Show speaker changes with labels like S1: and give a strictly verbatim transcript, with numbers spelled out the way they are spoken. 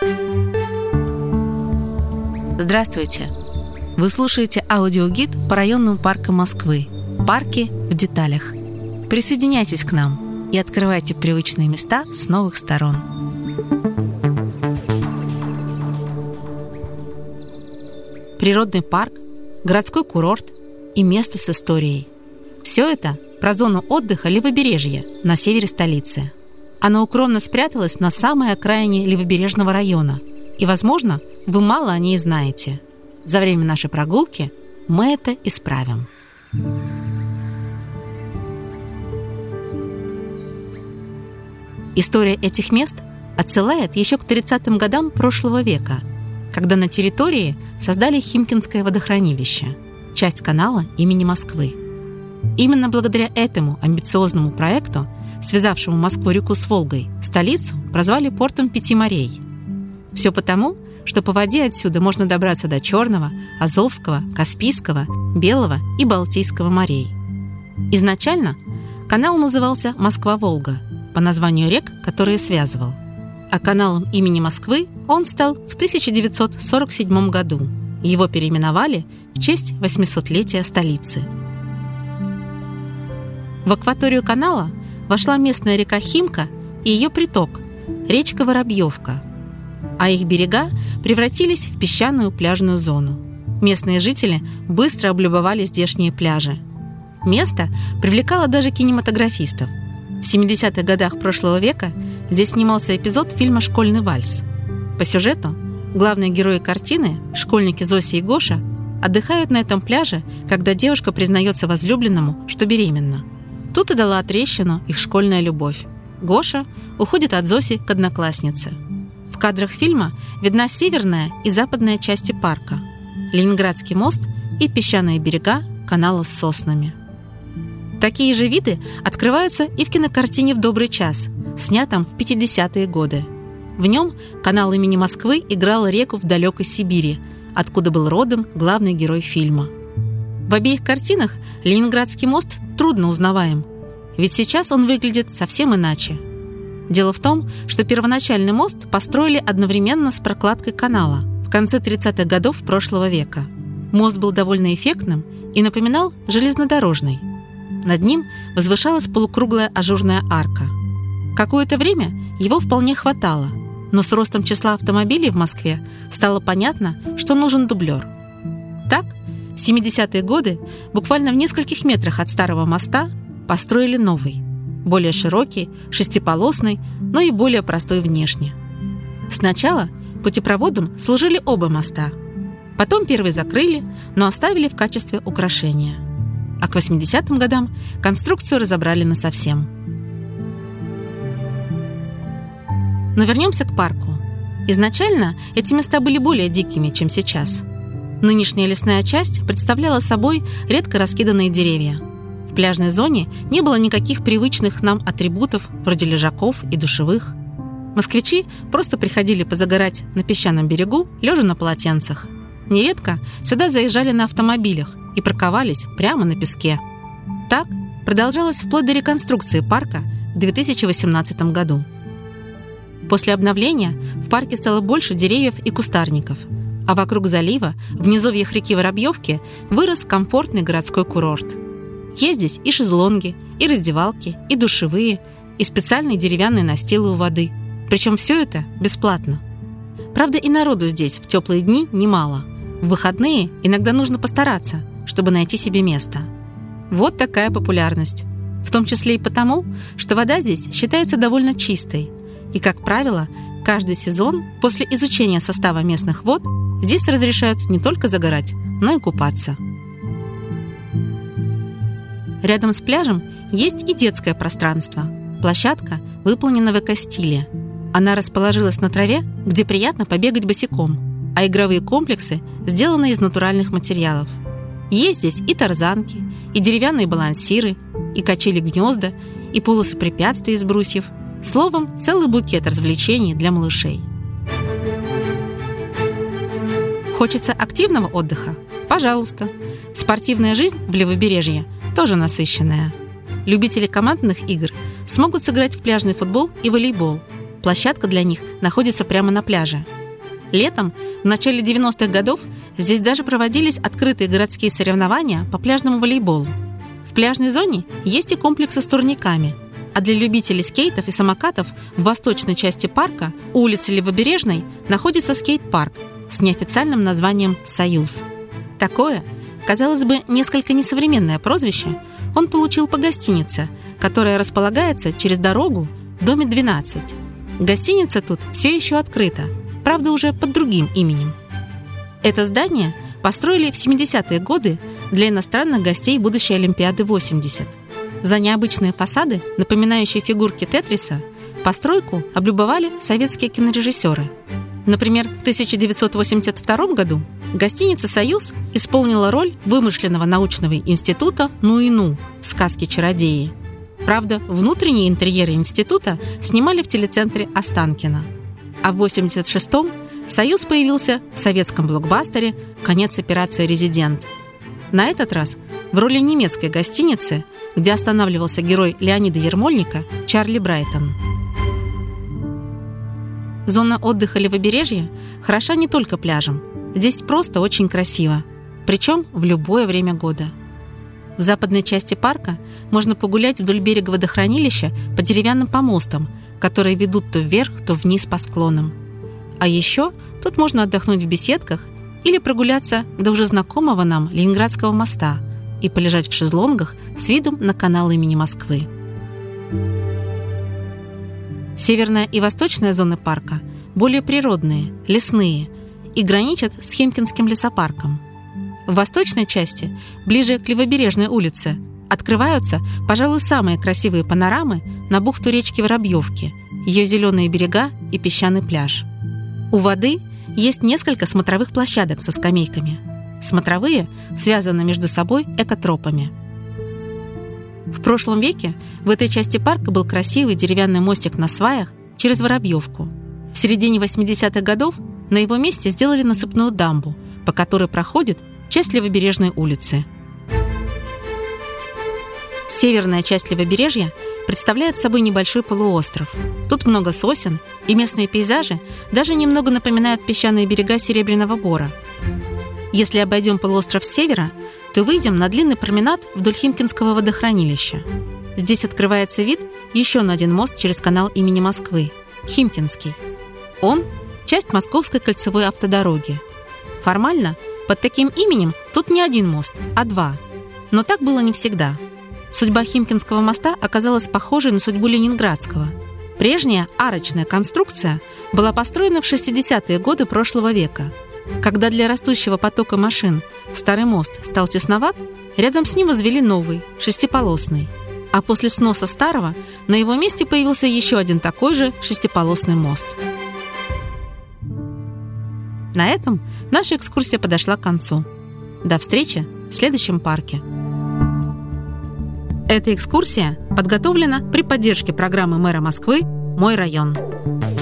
S1: Здравствуйте! Вы слушаете аудиогид по районным паркам Москвы. Парки в деталях. Присоединяйтесь к нам и открывайте привычные места с новых сторон. Природный парк, городской курорт и место с историей. Все это про зону отдыха Левобережья на севере столицы. Оно укромно спряталось на самой окраине Левобережного района. И, возможно, вы мало о ней знаете. За время нашей прогулки мы это исправим. История этих мест отсылает еще к тридцатым годам прошлого века, когда на территории создали Химкинское водохранилище, часть канала имени Москвы. Именно благодаря этому амбициозному проекту, связавшему Москву-реку с Волгой, столицу прозвали портом Пяти морей. Все потому, что по воде отсюда можно добраться до Черного, Азовского, Каспийского, Белого и Балтийского морей. Изначально канал назывался Москва-Волга по названию рек, которые связывал. А каналом имени Москвы он стал в тысяча девятьсот сорок седьмом году. Его переименовали в честь восьмисотлетия столицы. В акваторию канала вошла местная река Химка и ее приток – речка Воробьевка, а их берега превратились в песчаную пляжную зону. Местные жители быстро облюбовали здешние пляжи. Место привлекало даже кинематографистов. В семидесятых годах прошлого века здесь снимался эпизод фильма «Школьный вальс». По сюжету главные герои картины, школьники Зося и Гоша, отдыхают на этом пляже, когда девушка признается возлюбленному, что беременна. Тут и дала трещину их школьная любовь. Гоша уходит от Зоси к однокласснице. В кадрах фильма видна северная и западная части парка, Ленинградский мост и песчаные берега канала с соснами. Такие же виды открываются и в кинокартине «В добрый час», снятом в пятидесятые годы. В нем канал имени Москвы играл реку в далекой Сибири, откуда был родом главный герой фильма. В обеих картинах Ленинградский мост трудно узнаваем, ведь сейчас он выглядит совсем иначе. Дело в том, что первоначальный мост построили одновременно с прокладкой канала в конце тридцатых годов прошлого века. Мост был довольно эффектным и напоминал железнодорожный. Над ним возвышалась полукруглая ажурная арка. Какое-то время его вполне хватало, но с ростом числа автомобилей в Москве стало понятно, что нужен дублер. Так, в семидесятые годы буквально в нескольких метрах от старого моста построили новый, более широкий, шестиполосный, но и более простой внешне. Сначала путепроводом служили оба моста. Потом первый закрыли, но оставили в качестве украшения. А к восьмидесятым годам конструкцию разобрали насовсем. Но вернемся к парку. Изначально эти места были более дикими, чем сейчас. Нынешняя лесная часть представляла собой редко раскиданные деревья. В пляжной зоне не было никаких привычных нам атрибутов, вроде лежаков и душевых. Москвичи просто приходили позагорать на песчаном берегу, лежа на полотенцах. Нередко сюда заезжали на автомобилях и парковались прямо на песке. Так продолжалось вплоть до реконструкции парка в две тысячи восемнадцатом году. После обновления в парке стало больше деревьев и кустарников, а вокруг залива, в низовьях реки Воробьевки, вырос комфортный городской курорт. Есть здесь и шезлонги, и раздевалки, и душевые, и специальные деревянные настилы у воды. Причем все это бесплатно. Правда, и народу здесь в теплые дни немало. В выходные иногда нужно постараться, чтобы найти себе место. Вот такая популярность. В том числе и потому, что вода здесь считается довольно чистой. И, как правило, каждый сезон после изучения состава местных вод здесь разрешают не только загорать, но и купаться. Рядом с пляжем есть и детское пространство. Площадка выполнена в эко-стиле. Она расположилась на траве, где приятно побегать босиком, а игровые комплексы сделаны из натуральных материалов. Есть здесь и тарзанки, и деревянные балансиры, и качели-гнезда, и полосы препятствий из брусьев. Словом, целый букет развлечений для малышей. Хочется активного отдыха? Пожалуйста. Спортивная жизнь в Левобережье тоже насыщенная. Любители командных игр смогут сыграть в пляжный футбол и волейбол. площадка для них находится прямо на пляже. Летом, в начале девяностых годов, здесь даже проводились открытые городские соревнования по пляжному волейболу. В пляжной зоне есть и комплексы с турниками, а для любителей скейтов и самокатов в восточной части парка, у улицы Левобережной, находится скейт-парк с неофициальным названием «Союз». Такое, казалось бы, несколько несовременное прозвище он получил по гостинице, которая располагается через дорогу в доме двенадцать. Гостиница тут все еще открыта, правда, уже под другим именем. Это здание построили в семидесятые годы для иностранных гостей будущей Олимпиады восемьдесят. За необычные фасады, напоминающие фигурки Тетриса, постройку облюбовали советские кинорежиссеры. Например, в тысяча девятьсот восемьдесят втором году гостиница «Союз» исполнила роль вымышленного научного института «Ну-и-ну» в сказке «Чародеи». Правда, внутренние интерьеры института снимали в телецентре Останкино. А в восемьдесят шестом «Союз» появился в советском блокбастере «Конец операции «Резидент». На этот раз в роли немецкой гостиницы, где останавливался герой Леонида Ермольника Чарли Брайтон. Зона отдыха Левобережья хороша не только пляжем. Здесь просто очень красиво, причем в любое время года. В западной части парка можно погулять вдоль берега водохранилища по деревянным помостам, которые ведут то вверх, то вниз по склонам. А еще тут можно отдохнуть в беседках или прогуляться до уже знакомого нам Ленинградского моста и полежать в шезлонгах с видом на канал имени Москвы. Северная и восточная зоны парка более природные, лесные и граничат с Химкинским лесопарком. В восточной части, ближе к Левобережной улице, открываются, пожалуй, самые красивые панорамы на бухту речки Воробьевки, ее зеленые берега и песчаный пляж. У воды есть несколько смотровых площадок со скамейками. Смотровые связаны между собой экотропами. В прошлом веке в этой части парка был красивый деревянный мостик на сваях через Воробьевку. В середине восьмидесятых годов на его месте сделали насыпную дамбу, по которой проходит часть Левобережной улицы. Северная часть Левобережья представляет собой небольшой полуостров. Тут много сосен, и местные пейзажи даже немного напоминают песчаные берега Серебряного Бора. Если обойдем полуостров с севера, то выйдем на длинный променад вдоль Химкинского водохранилища. Здесь открывается вид еще на один мост через канал имени Москвы – Химкинский. Он – часть Московской кольцевой автодороги. Формально под таким именем тут не один мост, а два. Но так было не всегда. Судьба Химкинского моста оказалась похожей на судьбу Ленинградского. Прежняя арочная конструкция была построена в шестидесятые годы прошлого века. Когда для растущего потока машин старый мост стал тесноват, рядом с ним возвели новый, шестиполосный. А после сноса старого на его месте появился еще один такой же шестиполосный мост. На этом наша экскурсия подошла к концу. До встречи в следующем парке. Эта экскурсия подготовлена при поддержке программы мэра Москвы «Мой район».